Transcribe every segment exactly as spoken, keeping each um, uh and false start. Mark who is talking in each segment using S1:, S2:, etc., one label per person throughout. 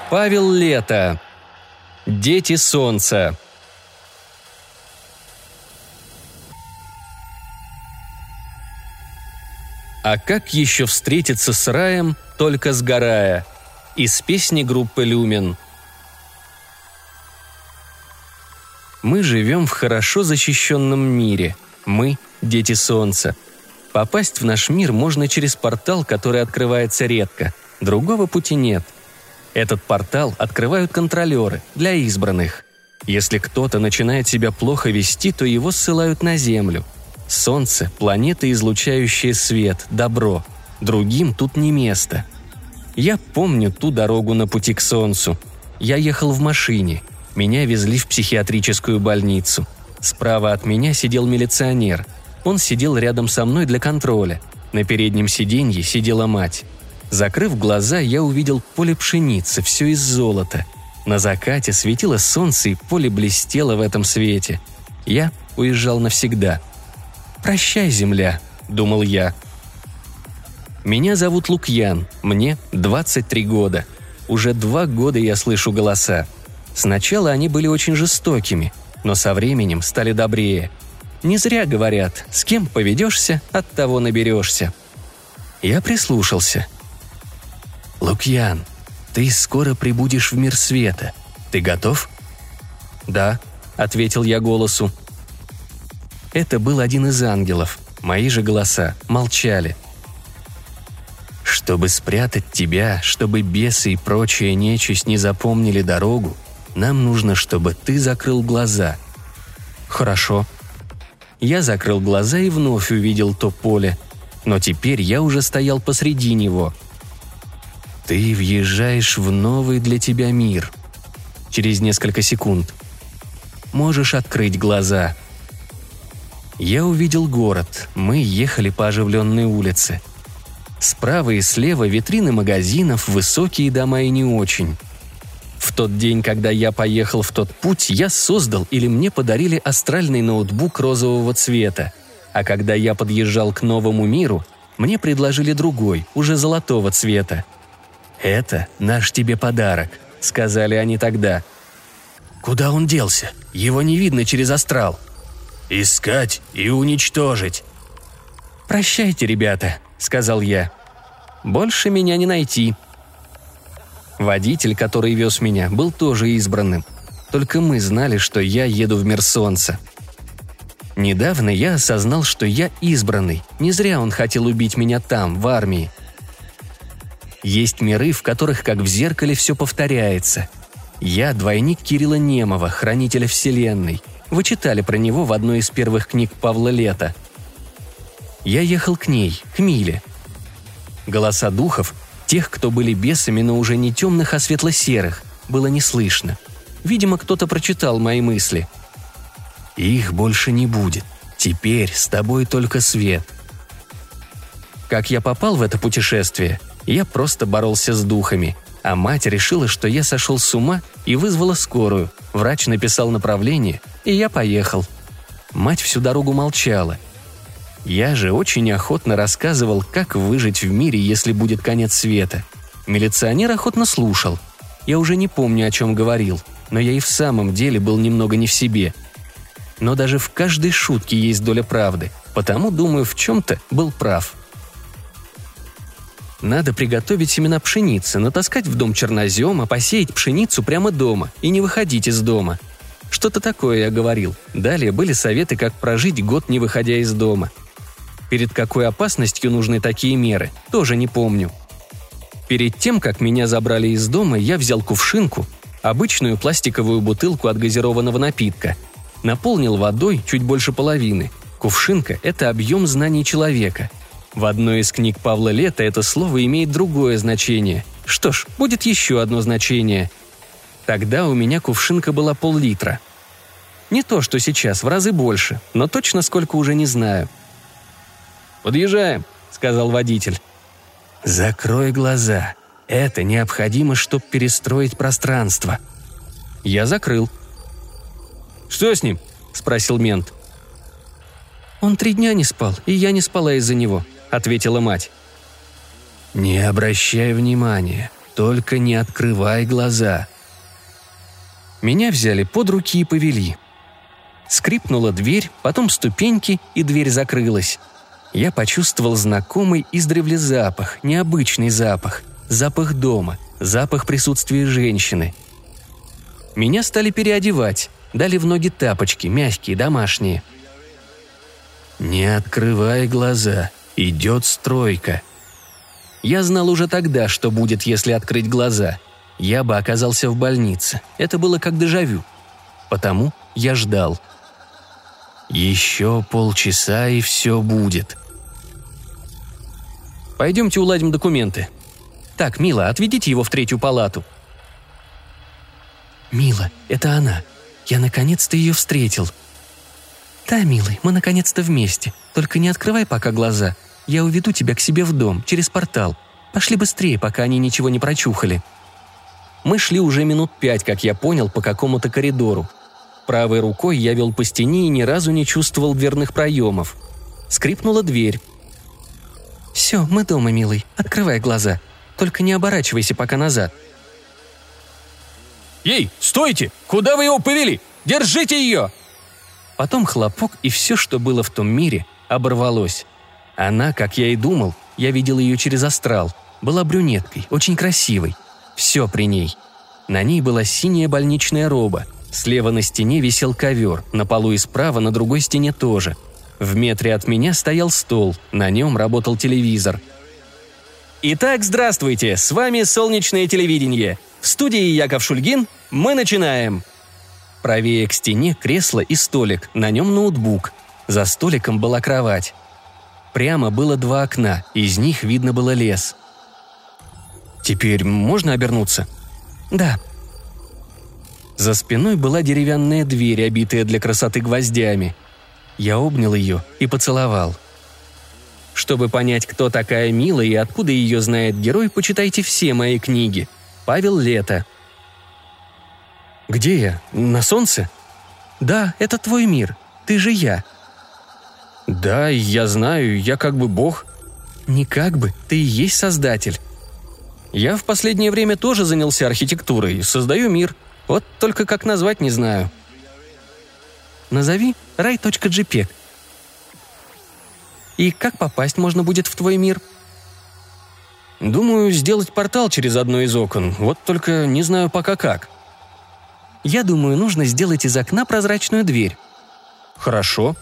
S1: Павел Лето. Дети солнца. А как еще встретиться с раем, только сгорая? Из песни группы «Люмен». Мы живем в хорошо защищенном мире. Мы – дети солнца. Попасть в наш мир можно через портал, который открывается редко. Другого пути нет. Этот портал открывают контролеры для избранных. Если кто-то начинает себя плохо вести, то его ссылают на Землю. Солнце – планета, излучающая свет, добро. Другим тут не место. Я помню ту дорогу на пути к Солнцу. Я ехал в машине. Меня везли в психиатрическую больницу. Справа от меня сидел милиционер. Он сидел рядом со мной для контроля. На переднем сиденье сидела мать. Закрыв глаза, я увидел поле пшеницы, все из золота. На закате светило солнце, и поле блестело в этом свете. Я уезжал навсегда. «Прощай, земля», — думал я. Меня зовут Лукьян, мне двадцать три года. Уже два года я слышу голоса. Сначала они были очень жестокими, но со временем стали добрее. Не зря говорят, с кем поведешься, от того наберешься. Я прислушался. «Лукьян, ты скоро прибудешь в мир света. Ты готов?» «Да», — ответил я голосу. Это был один из ангелов. Мои же голоса молчали. «Чтобы спрятать тебя, чтобы бесы и прочая нечисть не запомнили дорогу, нам нужно, чтобы ты закрыл глаза». «Хорошо». Я закрыл глаза и вновь увидел то поле. Но теперь я уже стоял посреди него. «Ты въезжаешь в новый для тебя мир». Через несколько секунд. «Можешь открыть глаза». Я увидел город. Мы ехали по оживленной улице. Справа и слева витрины магазинов, высокие дома и не очень. В тот день, когда я поехал в тот путь, я создал или мне подарили астральный ноутбук розового цвета. А когда я подъезжал к новому миру, мне предложили другой, уже золотого цвета. «Это наш тебе подарок», — сказали они тогда. «Куда он делся? Его не видно через астрал». «Искать и уничтожить». «Прощайте, ребята», — сказал я. «Больше меня не найти». Водитель, который вез меня, был тоже избранным. Только мы знали, что я еду в мир солнца. Недавно я осознал, что я избранный. Не зря он хотел убить меня там, в армии. Есть миры, в которых, как в зеркале, все повторяется. Я двойник Кирилла Немова, хранителя Вселенной. Вы читали про него в одной из первых книг Павла Лета. Я ехал к ней, к Миле. Голоса духов, тех, кто были бесами, но уже не темных, а светло-серых, было не слышно. Видимо, кто-то прочитал мои мысли. «Их больше не будет. Теперь с тобой только свет». Как я попал в это путешествие? Я просто боролся с духами, а мать решила, что я сошел с ума и вызвала скорую. Врач написал направление, и я поехал. Мать всю дорогу молчала. Я же очень охотно рассказывал, как выжить в мире, если будет конец света. Милиционер охотно слушал. Я уже не помню, о чем говорил, но я и в самом деле был немного не в себе. Но даже в каждой шутке есть доля правды, потому, думаю, в чем-то был прав. Надо приготовить семена пшеницы, натаскать в дом чернозема, посеять пшеницу прямо дома и не выходить из дома. Что-то такое я говорил. Далее были советы, как прожить год, не выходя из дома. Перед какой опасностью нужны такие меры, тоже не помню. Перед тем, как меня забрали из дома, я взял кувшинку, обычную пластиковую бутылку от газированного напитка, наполнил водой чуть больше половины. Кувшинка – это объем знаний человека. В одной из книг Павла Лета это слово имеет другое значение. Что ж, будет еще одно значение. Тогда у меня кувшинка была пол-литра. Не то, что сейчас, в разы больше, но точно сколько уже не знаю. «Подъезжаем», — сказал водитель. «Закрой глаза. Это необходимо, чтобы перестроить пространство». Я закрыл. «Что с ним?» — спросил мент. «Он три дня не спал, и я не спала из-за него», — ответила мать. «Не обращай внимания. Только не открывай глаза». Меня взяли под руки и повели. Скрипнула дверь, потом ступеньки, и дверь закрылась. Я почувствовал знакомый издревле запах, необычный запах, запах дома, запах присутствия женщины. Меня стали переодевать, дали в ноги тапочки, мягкие, домашние. «Не открывай глаза, идет стройка». Я знал уже тогда, что будет, если открыть глаза. Я бы оказался в больнице. Это было как дежавю. Потому я ждал. Еще полчаса, и все будет. «Пойдемте уладим документы. Так, Мила, отведите его в третью палату». «Мила, это она. Я наконец-то ее встретил». «Да, милый, мы наконец-то вместе. Только не открывай пока глаза. Я уведу тебя к себе в дом, через портал. Пошли быстрее, пока они ничего не прочухали». Мы шли уже минут пять, как я понял, по какому-то коридору. Правой рукой я вел по стене и ни разу не чувствовал дверных проемов. Скрипнула дверь. «Все, мы дома, милый. Открывай глаза. Только не оборачивайся пока назад».
S2: «Ей, стойте! Куда вы его повели? Держите ее!»
S1: Потом хлопок, и все, что было в том мире, оборвалось. Она, как я и думал, я видел ее через астрал, была брюнеткой, очень красивой. Все при ней. На ней была синяя больничная роба. Слева на стене висел ковер, на полу и справа на другой стене тоже. В метре от меня стоял стол, на нем работал телевизор.
S2: Итак, здравствуйте, с вами «Солнечное телевидение». В студии Яков Шульгин. Мы начинаем.
S1: Правее к стене кресло и столик, на нем ноутбук. За столиком была кровать. Прямо было два окна, из них видно было лес. «Теперь можно обернуться?» «Да». За спиной была деревянная дверь, обитая для красоты гвоздями. Я обнял ее и поцеловал. Чтобы понять, кто такая Мила и откуда ее знает герой, почитайте все мои книги. Павел Лето. «Где я? На солнце?» «Да, это твой мир. Ты же я». «Да, я знаю, я как бы бог». «Не как бы, ты и есть создатель». «Я в последнее время тоже занялся архитектурой, создаю мир. Вот только как назвать не знаю». «Назови рай точка джи пег». «И как попасть можно будет в твой мир?» «Думаю, сделать портал через одно из окон, вот только не знаю пока как». «Я думаю, нужно сделать из окна прозрачную дверь». «Хорошо».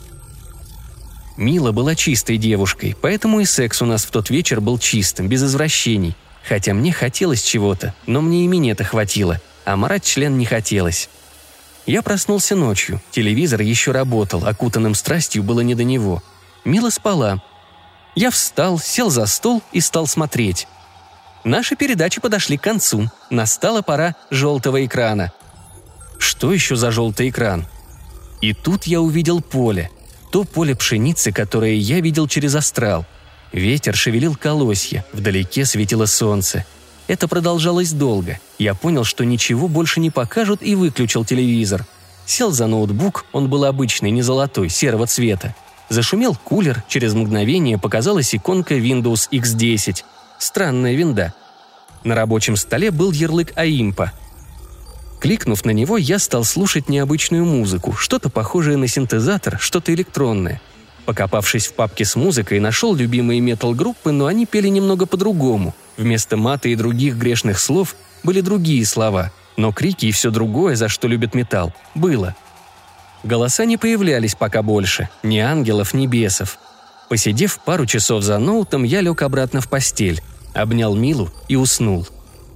S1: Мила была чистой девушкой, поэтому и секс у нас в тот вечер был чистым, без извращений. Хотя мне хотелось чего-то, но мне и минета хватило, а марать член не хотелось. Я проснулся ночью, телевизор еще работал, окутанным страстью было не до него. Мила спала. Я встал, сел за стол и стал смотреть. Наши передачи подошли к концу, настала пора желтого экрана. Что еще за желтый экран? И тут я увидел поле. То поле пшеницы, которое я видел через астрал. Ветер шевелил колосья, вдалеке светило солнце. Это продолжалось долго. Я понял, что ничего больше не покажут, и выключил телевизор. Сел за ноутбук, он был обычный, не золотой, серого цвета. Зашумел кулер, через мгновение показалась иконка Windows икс десять. Странная винда. На рабочем столе был ярлык АИМПа. Кликнув на него, я стал слушать необычную музыку, что-то похожее на синтезатор, что-то электронное. Покопавшись в папке с музыкой, нашел любимые метал-группы, но они пели немного по-другому. Вместо мата и других грешных слов были другие слова, но крики и все другое, за что любят металл, было. Голоса не появлялись пока больше, ни ангелов, ни бесов. Посидев пару часов за ноутом, я лег обратно в постель, обнял Милу и уснул.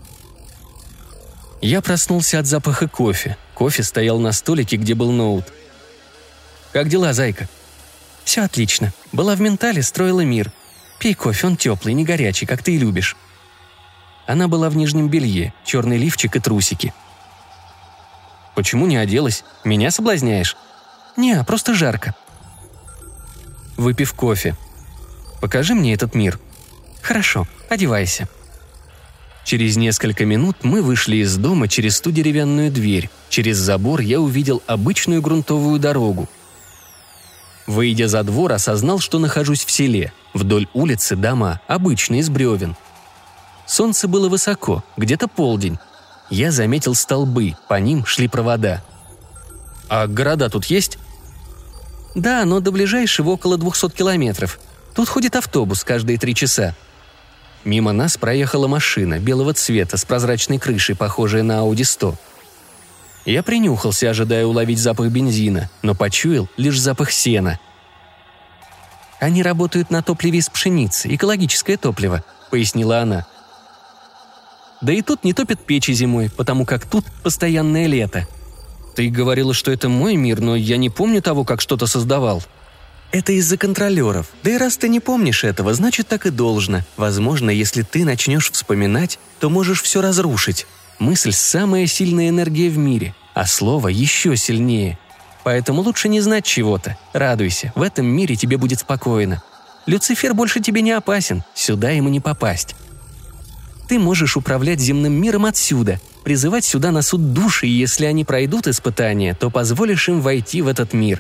S1: Я проснулся от запаха кофе. Кофе стоял на столике, где был ноут. «Как дела, зайка?» «Все отлично. Была в ментале, строила мир. Пей кофе, он теплый, не горячий, как ты и любишь». Она была в нижнем белье, черный лифчик и трусики. «Почему не оделась? Меня соблазняешь?» «Не, просто жарко». Выпив кофе. «Покажи мне этот мир». «Хорошо, одевайся». Через несколько минут мы вышли из дома через ту деревянную дверь. Через забор я увидел обычную грунтовую дорогу. Выйдя за двор, осознал, что нахожусь в селе. Вдоль улицы дома, обычные, из бревен. Солнце было высоко, где-то полдень. Я заметил столбы, по ним шли провода. «А города тут есть?» «Да, но до ближайшего около двухсот километров. Тут ходит автобус каждые три часа». Мимо нас проехала машина белого цвета с прозрачной крышей, похожая на Ауди сто. Я принюхался, ожидая уловить запах бензина, но почуял лишь запах сена. «Они работают на топливе из пшеницы, экологическое топливо», — пояснила она. «Да и тут не топят печи зимой, потому как тут постоянное лето». «Ты говорила, что это мой мир, но я не помню того, как что-то создавал». «Это из-за контролеров. Да и раз ты не помнишь этого, значит, так и должно. Возможно, если ты начнешь вспоминать, то можешь все разрушить. Мысль – самая сильная энергия в мире, а слово еще сильнее. Поэтому лучше не знать чего-то. Радуйся, в этом мире тебе будет спокойно. Люцифер больше тебе не опасен, сюда ему не попасть. Ты можешь управлять земным миром отсюда, призывать сюда на суд души, и если они пройдут испытания, то позволишь им войти в этот мир».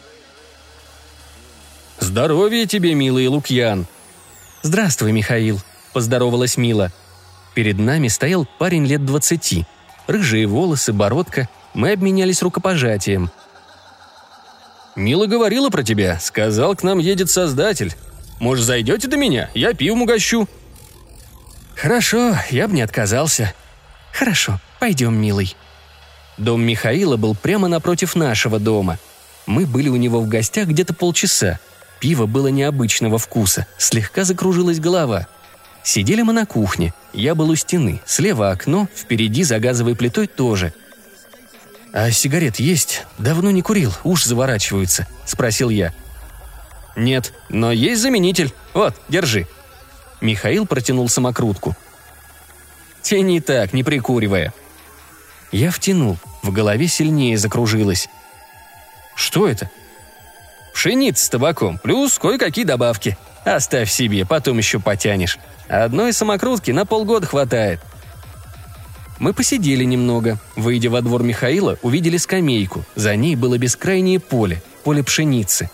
S2: «Здоровья тебе, милый Лукьян!»
S1: «Здравствуй, Михаил», – поздоровалась Мила. Перед нами стоял парень лет двадцати. Рыжие волосы, бородка. Мы обменялись рукопожатием.
S2: «Мила говорила про тебя. Сказал, к нам едет Создатель. Может, зайдете до меня? Я пивом угощу».
S1: «Хорошо, я бы не отказался». «Хорошо, пойдем, милый». Дом Михаила был прямо напротив нашего дома. Мы были у него в гостях где-то полчаса. Пиво было необычного вкуса, слегка закружилась голова. Сидели мы на кухне, я был у стены, слева окно, впереди за газовой плитой тоже. «А сигарет есть? Давно не курил, уж заворачиваются», — спросил я.
S2: «Нет, но есть заменитель. Вот, держи».
S1: Михаил протянул самокрутку.
S2: «Тяни так, не прикуривая».
S1: Я втянул, в голове сильнее закружилось.
S2: «Что это?» «Пшеница с табаком, плюс кое-какие добавки. Оставь себе, потом еще потянешь. Одной самокрутки на полгода хватает».
S1: Мы посидели немного. Выйдя во двор Михаила, увидели скамейку. За ней было бескрайнее поле, поле пшеницы.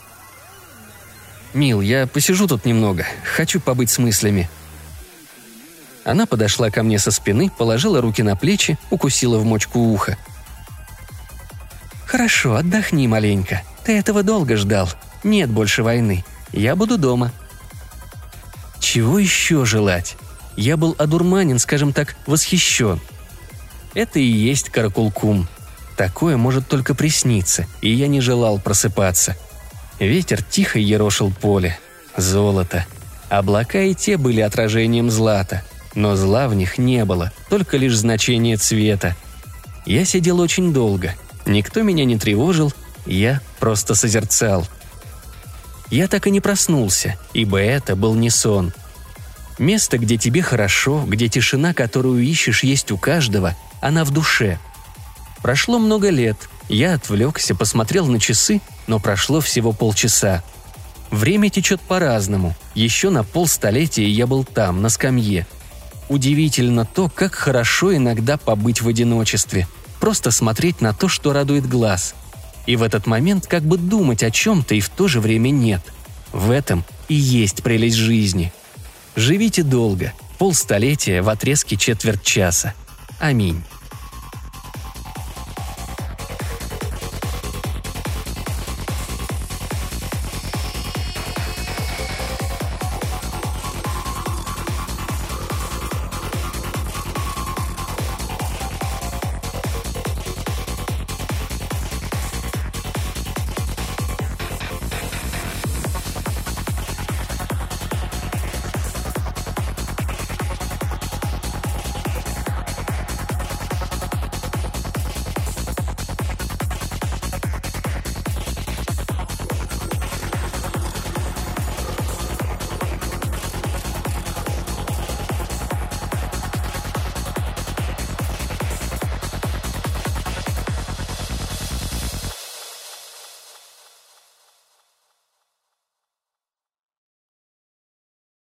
S1: «Мил, я посижу тут немного. Хочу побыть с мыслями». Она подошла ко мне со спины, положила руки на плечи, укусила в мочку уха. «Хорошо, отдохни маленько. Ты этого долго ждал. Нет больше войны. Я буду дома». Чего еще желать? Я был одурманен, скажем так, восхищен. Это и есть Каракулкум. Такое может только присниться, и я не желал просыпаться. Ветер тихо ерошил поле. Золото. Облака и те были отражением злата. Но зла в них не было, только лишь значение цвета. Я сидел очень долго. Никто меня не тревожил, я просто созерцал. Я так и не проснулся, ибо это был не сон. Место, где тебе хорошо, где тишина, которую ищешь, есть у каждого, она в душе. Прошло много лет, я отвлекся, посмотрел на часы, но прошло всего полчаса. Время течет по-разному, еще на полстолетия я был там, на скамье. Удивительно то, как хорошо иногда побыть в одиночестве, просто смотреть на то, что радует глаз. И в этот момент как бы думать о чем-то и в то же время нет. В этом и есть прелесть жизни. Живите долго, полстолетия в отрезке четверть часа. Аминь.